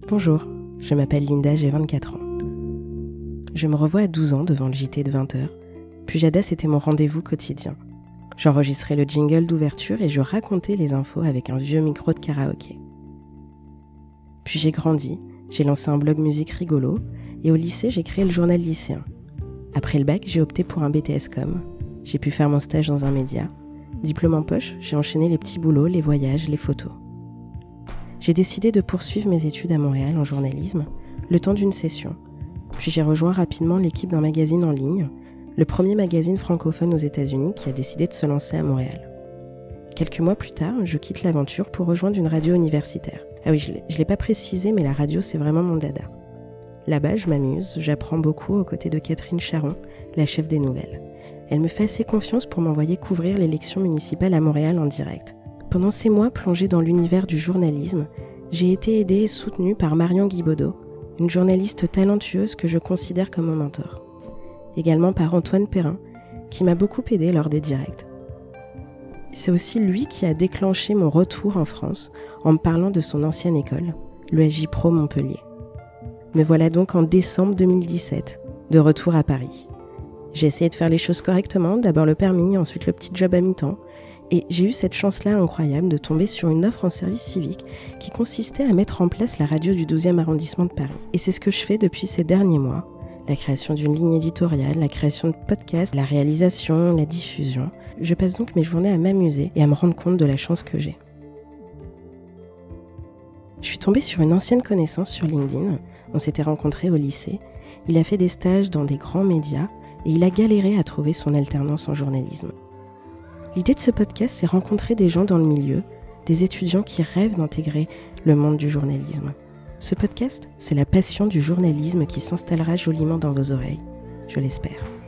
Bonjour, je m'appelle Linda, j'ai 24 ans. Je me revois à 12 ans devant le JT de 20h. Pujada, c'était mon rendez-vous quotidien. J'enregistrais le jingle d'ouverture et je racontais les infos avec un vieux micro de karaoké. Puis j'ai grandi, j'ai lancé un blog musique rigolo et au lycée, j'ai créé le journal lycéen. Après le bac, j'ai opté pour un BTS Com. J'ai pu faire mon stage dans un média. Diplôme en poche, j'ai enchaîné les petits boulots, les voyages, les photos. J'ai décidé de poursuivre mes études à Montréal en journalisme, le temps d'une session. Puis j'ai rejoint rapidement l'équipe d'un magazine en ligne, le premier magazine francophone aux États-Unis qui a décidé de se lancer à Montréal. Quelques mois plus tard, je quitte l'aventure pour rejoindre une radio universitaire. Ah oui, je l'ai pas précisé, mais la radio, c'est vraiment mon dada. Là-bas, je m'amuse, j'apprends beaucoup aux côtés de Catherine Charon, la chef des nouvelles. Elle me fait assez confiance pour m'envoyer couvrir l'élection municipale à Montréal en direct. Pendant ces mois plongés dans l'univers du journalisme, j'ai été aidée et soutenue par Marion Guibaudot, une journaliste talentueuse que je considère comme mon mentor. Également par Antoine Perrin, qui m'a beaucoup aidée lors des directs. C'est aussi lui qui a déclenché mon retour en France en me parlant de son ancienne école, l'ESJ Pro Montpellier. Me voilà donc en décembre 2017, de retour à Paris. J'ai essayé de faire les choses correctement, d'abord le permis, ensuite le petit job à mi-temps, et j'ai eu cette chance-là incroyable de tomber sur une offre en service civique qui consistait à mettre en place la radio du 12e arrondissement de Paris. Et c'est ce que je fais depuis ces derniers mois. La création d'une ligne éditoriale, la création de podcasts, la réalisation, la diffusion. Je passe donc mes journées à m'amuser et à me rendre compte de la chance que j'ai. Je suis tombée sur une ancienne connaissance sur LinkedIn. On s'était rencontrés au lycée. Il a fait des stages dans des grands médias et il a galéré à trouver son alternance en journalisme. L'idée de ce podcast, c'est rencontrer des gens dans le milieu, des étudiants qui rêvent d'intégrer le monde du journalisme. Ce podcast, c'est la passion du journalisme qui s'installera joliment dans vos oreilles, je l'espère.